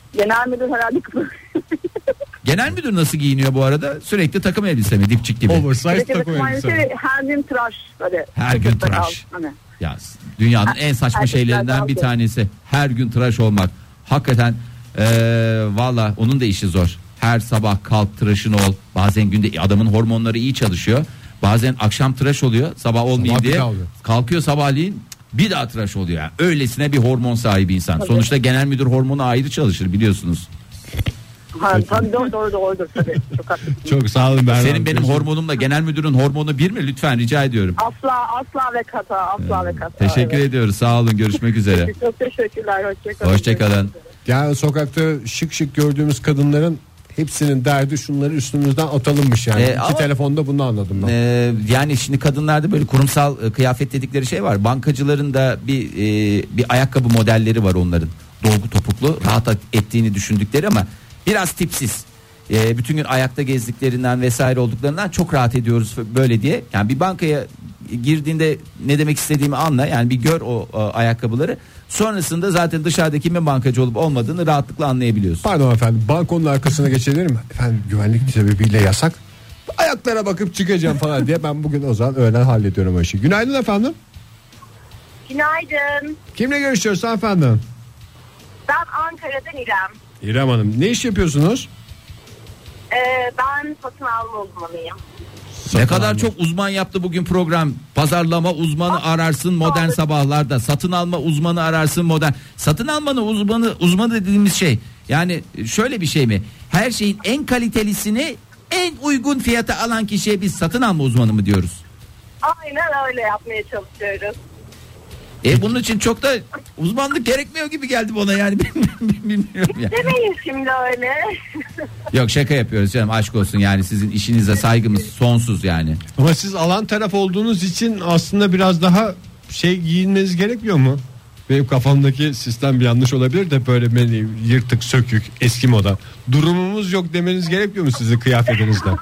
Genel müdür herhalde kızı. Genel müdür nasıl giyiniyor bu arada? Sürekli takım elbise mi, dipçik gibi? Oversize takım elbise. Her gün tıraş. Böyle Her gün tıraş. Hani. Ya dünyanın en saçma şeylerinden bir tanesi. Her gün tıraş olmak. Hakikaten valla onun da işi zor. Her sabah kalk tıraşın ol. Bazen günde adamın hormonları iyi çalışıyor. Bazen akşam tıraş oluyor. Sabah olmayayım Sabah diye. Kalkıyor sabahleyin bir daha tıraş oluyor. Yani öylesine bir hormon sahibi insan. Tabii. Sonuçta genel müdür hormonu ayrı çalışır biliyorsunuz. Tabii doğrudur tabii. Çok haklısın. Çok sağ olun Berna. Senin benim hormonumla genel müdürün hormonu bir mi? Lütfen rica ediyorum. Asla ve kata. Teşekkür ediyoruz. Sağ olun. Görüşmek üzere. Çok teşekkürler. Hoşçakalın. Yani sokakta şık şık gördüğümüz kadınların hepsinin derdi şunları üstümüzden atalımmış yani. Ama- Telefonda bunu anladım ben. Yani şimdi kadınlarda böyle kurumsal kıyafet dedikleri şey var. Bankacıların da bir ayakkabı modelleri var onların. Dolgu topuklu, rahat ettiğini düşündükleri ama biraz tipsiz. Bütün gün ayakta gezdiklerinden vesaire olduklarından çok rahat ediyoruz böyle diye. Yani bir bankaya girdiğinde ne demek istediğimi anla. Yani bir gör o ayakkabıları. Sonrasında zaten dışarıda kimin bankacı olup olmadığını rahatlıkla anlayabiliyorsun. Pardon efendim, bankonun arkasına geçelim mi? Efendim güvenlik sebebiyle yasak. Ayaklara bakıp çıkacağım falan diye ben bugün o zaman öğlen hallediyorum o işi. Günaydın efendim. Günaydın. Kimle görüşüyoruz efendim? Ben Ankara'dan İrem. İrem Hanım, ne iş yapıyorsunuz? Ben satın alma uzmanıyım. Ne kadar çok uzman yaptı bugün program. Pazarlama uzmanı ararsın modern sabahlarda. Satın alma uzmanı ararsın modern. Satın almanın uzmanı dediğimiz şey. Yani şöyle bir şey mi? Her şeyin en kalitelisini en uygun fiyata alan kişiye biz satın alma uzmanı mı diyoruz? Aynen öyle yapmaya çalışıyoruz. Bunun için çok da uzmanlık gerekmiyor gibi geldi bana yani. Bilmiyorum ya. Demeyin şimdi öyle. Yok şaka yapıyoruz canım, aşk olsun yani, sizin işinize saygımız sonsuz yani. Ama siz alan taraf olduğunuz için aslında biraz daha giyinmeniz gerekmiyor mu? Benim kafamdaki sistem bir yanlış olabilir de böyle beni yırtık sökük eski moda. Durumumuz yok demeniz gerekmiyor mu sizin kıyafetinizden?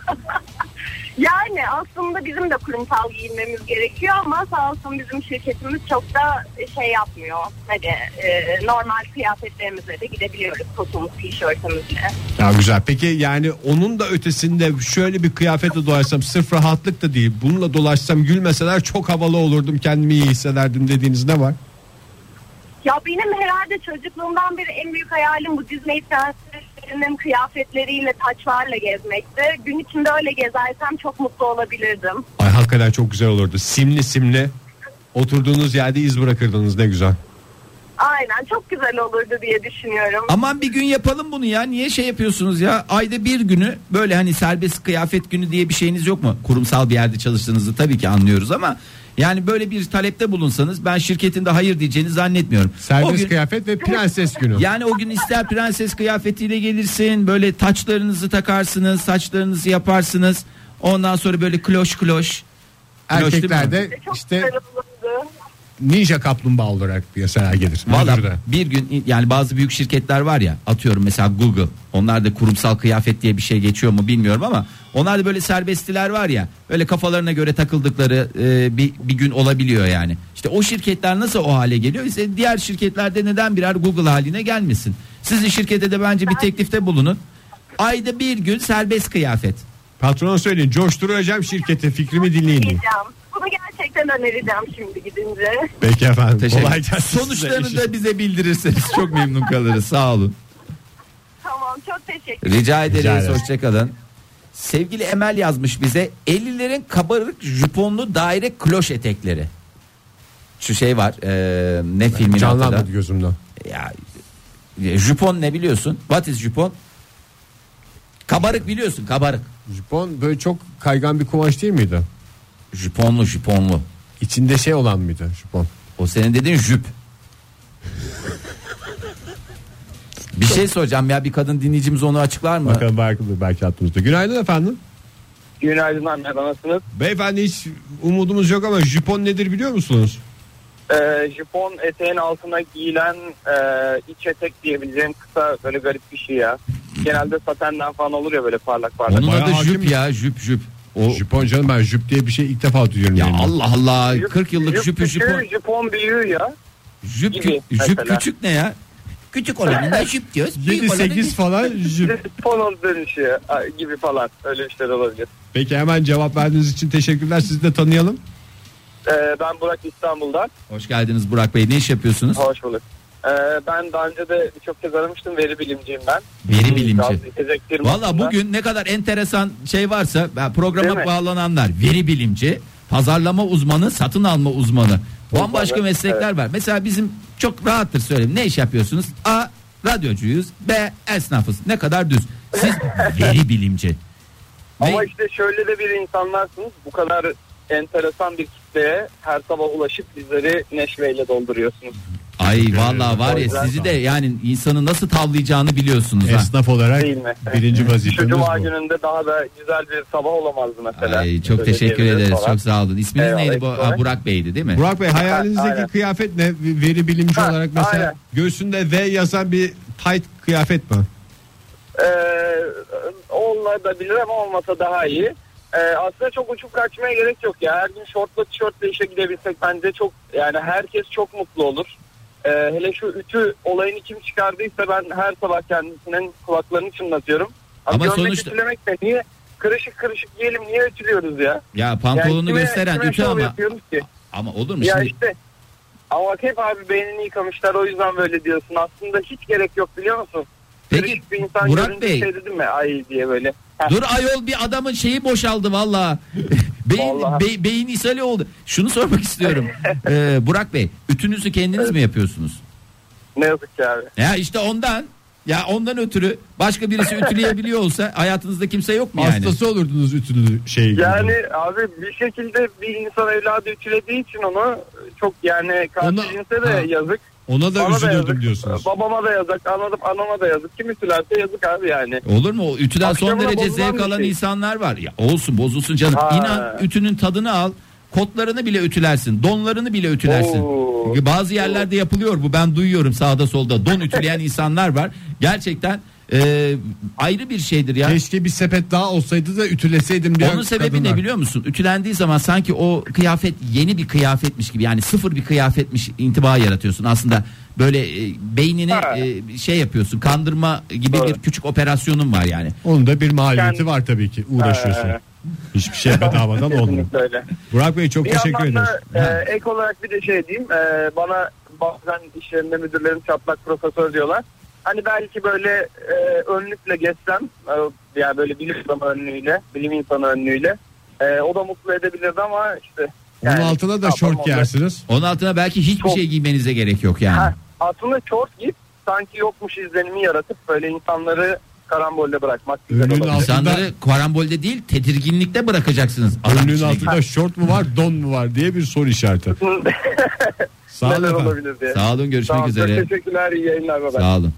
Yani aslında bizim de kurumsal giyinmemiz gerekiyor ama sağ olsun bizim şirketimiz çok da yapmıyor. Hani normal kıyafetlerimizle de gidebiliyoruz, kotumuz, tişörtümüzle. Ya güzel. Peki yani onun da ötesinde şöyle bir kıyafetle dolaşsam, sırf rahatlık da değil, bununla dolaşsam gülmeseler çok havalı olurdum, kendimi iyi hissederdim dediğiniz ne var? Ya benim herhalde çocukluğumdan beri en büyük hayalim bu Disney prenseslerinin kıyafetleriyle, taçlarla gezmekti. Gün içinde öyle gezersem çok mutlu olabilirdim. Ay hakikaten çok güzel olurdu. Simli oturduğunuz yerde iz bırakırdınız, ne güzel. Aynen, çok güzel olurdu diye düşünüyorum. Aman bir gün yapalım bunu ya. Niye yapıyorsunuz ya? Ayda bir günü böyle hani serbest kıyafet günü diye bir şeyiniz yok mu? Kurumsal bir yerde çalıştığınızı tabii ki anlıyoruz ama yani böyle bir talepte bulunsanız ben şirketin de hayır diyeceğini zannetmiyorum. Serbest kıyafet ve prenses günü. Yani o gün ister prenses kıyafetiyle gelirsin, böyle taçlarınızı takarsınız, saçlarınızı yaparsınız. Ondan sonra böyle kloş. Erkeklerde Çok işte güzel olurdu. ninja kaplumbağa olarak mesela gelir. Valla Müdürde. bir gün yani bazı büyük şirketler var ya, atıyorum mesela Google, onlar da kurumsal kıyafet diye bir şey geçiyor mu bilmiyorum ama onlar da böyle serbestliler var ya, öyle kafalarına göre takıldıkları bir gün olabiliyor yani. İşte o şirketler nasıl o hale geliyor, ise diğer şirketlerde neden birer Google haline gelmesin? Sizin şirkete de bence bir teklifte bulunun. Ayda bir gün serbest kıyafet. Patrona söyleyin, coşturacağım şirketi, fikrimi dinleyin. Diyeceğim. Bunu gerçekten önereceğim şimdi gidince. Peki efendim. Teşekkür. Kolay gelsin. Sonuçlarını size. da bize bildirirseniz çok memnun kalırız. Sağ olun. Tamam, çok teşekkür ederim. Rica ederiz. ederiz. Hoşçakalın. Sevgili Emel yazmış bize, 50'lerin kabarık juponlu daire kloş etekleri. Şu şey var, ne filmin adı Canlanmadı da? gözümden. Ya, jupon ne biliyorsun? What is jupon? Kabarık biliyorsun, kabarık. Jupon böyle çok kaygan bir kumaş değil miydi? Juponlu. İçinde olan mıydı jupon? O senin dediğin jüp. Bir şey soracağım ya, bir kadın dinleyicimiz onu açıklar mı? Bakalım belki aklımızda. Günaydın efendim. Günaydın anne, nasılsınız? Beyefendi, hiç umudumuz yok ama jupon nedir biliyor musunuz? Jupon eteğin altına giyilen iç etek diyebileceğim kısa böyle garip bir şey ya. Genelde satenden falan olur ya, böyle parlak. Onun Bayağı adı hakim jüp mi? ya, jüp. O Jupon canım, ben jüp diye bir şey ilk defa duyuyorum. ya yani. Allah Allah, 40 yıllık jüpü jupon. Jupon büyüğü ya. Jüp gibi jüp mesela. küçük ne ya? Küçük olanına jip diyoruz. 7-8 falan jip. Fonol dönüşü gibi falan öyle işler olabilir. Peki hemen cevap verdiğiniz için teşekkürler. Sizi de tanıyalım. Ben Burak İstanbul'dan. Hoş geldiniz Burak Bey. Ne iş yapıyorsunuz? Hoş bulduk. Ben daha önce de birçok kez aramıştım. Veri bilimciyim ben. Veri bilimci. Valla Valla bugün ne kadar enteresan şey varsa programa bağlananlar veri bilimci, pazarlama uzmanı, satın alma uzmanı. Bambaşka meslekler var. Mesela bizim çok rahattır söyleyeyim. Ne iş yapıyorsunuz? A. Radyocuyuz. B. Esnafız. Ne kadar düz. Siz veri bilimci. Ama işte şöyle de bir insanlarsınız. Bu kadar enteresan bir kitleye her sabah ulaşıp bizleri neşveyle dolduruyorsunuz. Ay vallahi var ya, sizi de yani insanı nasıl tavlayacağını biliyorsunuz. Esnaf olarak birinci vazifemiz bu. Şu cuma gününde daha da güzel bir sabah olamazdı mesela. Ay, çok teşekkür ederiz falan. Çok sağ olun. İsminiz neydi? Burak Bey'di değil mi? Burak Bey, hayalinizdeki kıyafet ne? Veri bilimci olarak mesela aynen. Göğsünde V yazan bir tight kıyafet mi? Olabilir ama olmasa daha iyi. Aslında çok uçup kaçmaya gerek yok ya. Her gün şortla tişörtle işe gidebilsek bence çok, yani herkes çok mutlu olur. Hele şu ütü olayını kim çıkardıysa ben her sabah kendisinin kulaklarını çınlatıyorum. Ama gömlek sonuçta ütülemek de niye kırışık giyelim, niye ütülüyoruz ya? Ya pantolonu yani gösteren ütü ama olur mu ya şimdi? İşte ama hep abi beynini yıkamışlar, o yüzden böyle diyorsun. Aslında hiç gerek yok, biliyor musun? Peki bir insan Burak Bey, şey dedim mi ay diye böyle. Dur ayol, bir adamın şeyi boşaldı valla. Beyin ishali oldu. Şunu sormak istiyorum. Burak Bey, ütünüzü kendiniz mi yapıyorsunuz? Ne yazık ki abi. Ya işte ondan. Ya ondan ötürü başka birisi ütüleyebiliyor olsa hayatınızda kimse yok mu yani? Hastası olurdunuz ütülü şey gibi. Yani abi bir şekilde bir insan evladı ütülediği için onu çok, yani karşıcinse de yazık. Ona da üzülürdüm diyorsunuz. Babama da yazık, anama da yazık. Kim ütülerse yazık abi yani. Olur mu? O ütüden akşamına son derece zevk alan insanlar var. Ya olsun, bozulsun canım. İnan ütünün tadını al. Kotlarını bile ütülersin. Donlarını bile ütülersin. Bazı yerlerde yapılıyor bu. Ben duyuyorum sağda solda. Don ütüleyen insanlar var. Gerçekten ayrı bir şeydir ya. Keşke bir sepet daha olsaydı da ütüleseydim diye. Onun sebebi ne biliyor musun? Ütülendiği zaman sanki o kıyafet yeni bir kıyafetmiş gibi, yani sıfır bir kıyafetmiş intiba yaratıyorsun. Aslında böyle beynini şey yapıyorsun, kandırma gibi bir küçük operasyonun var yani. Onun da bir maliyeti var tabii ki, uğraşıyorsun. Hiçbir şey bedavadan olmuyor. Burak Bey çok teşekkür ederiz. Ek olarak bir de şey diyeyim, bana bazen iş yerinde müdürlerim çatlak profesör diyorlar. Hani belki böyle önlükle geçsem, yani böyle bilim adamı önlüğüyle, bilim insanı önlüğüyle, o da mutlu edebilirdi ama işte. Yani, onun altına da şort giyersiniz. Onun altına belki hiçbir şey giymenize gerek yok yani. Aslında şort giyip sanki yokmuş izlenimi yaratıp böyle insanları karambolde bırakmak güzel olur. İnsanları karambolde değil, tedirginlikte bırakacaksınız. Önlüğün altında şort mu var, don mu var diye bir soru işareti. Sağ olun efendim. Sağ olun, görüşmek üzere. Teşekkürler, iyi yayınlar. Sağ olun.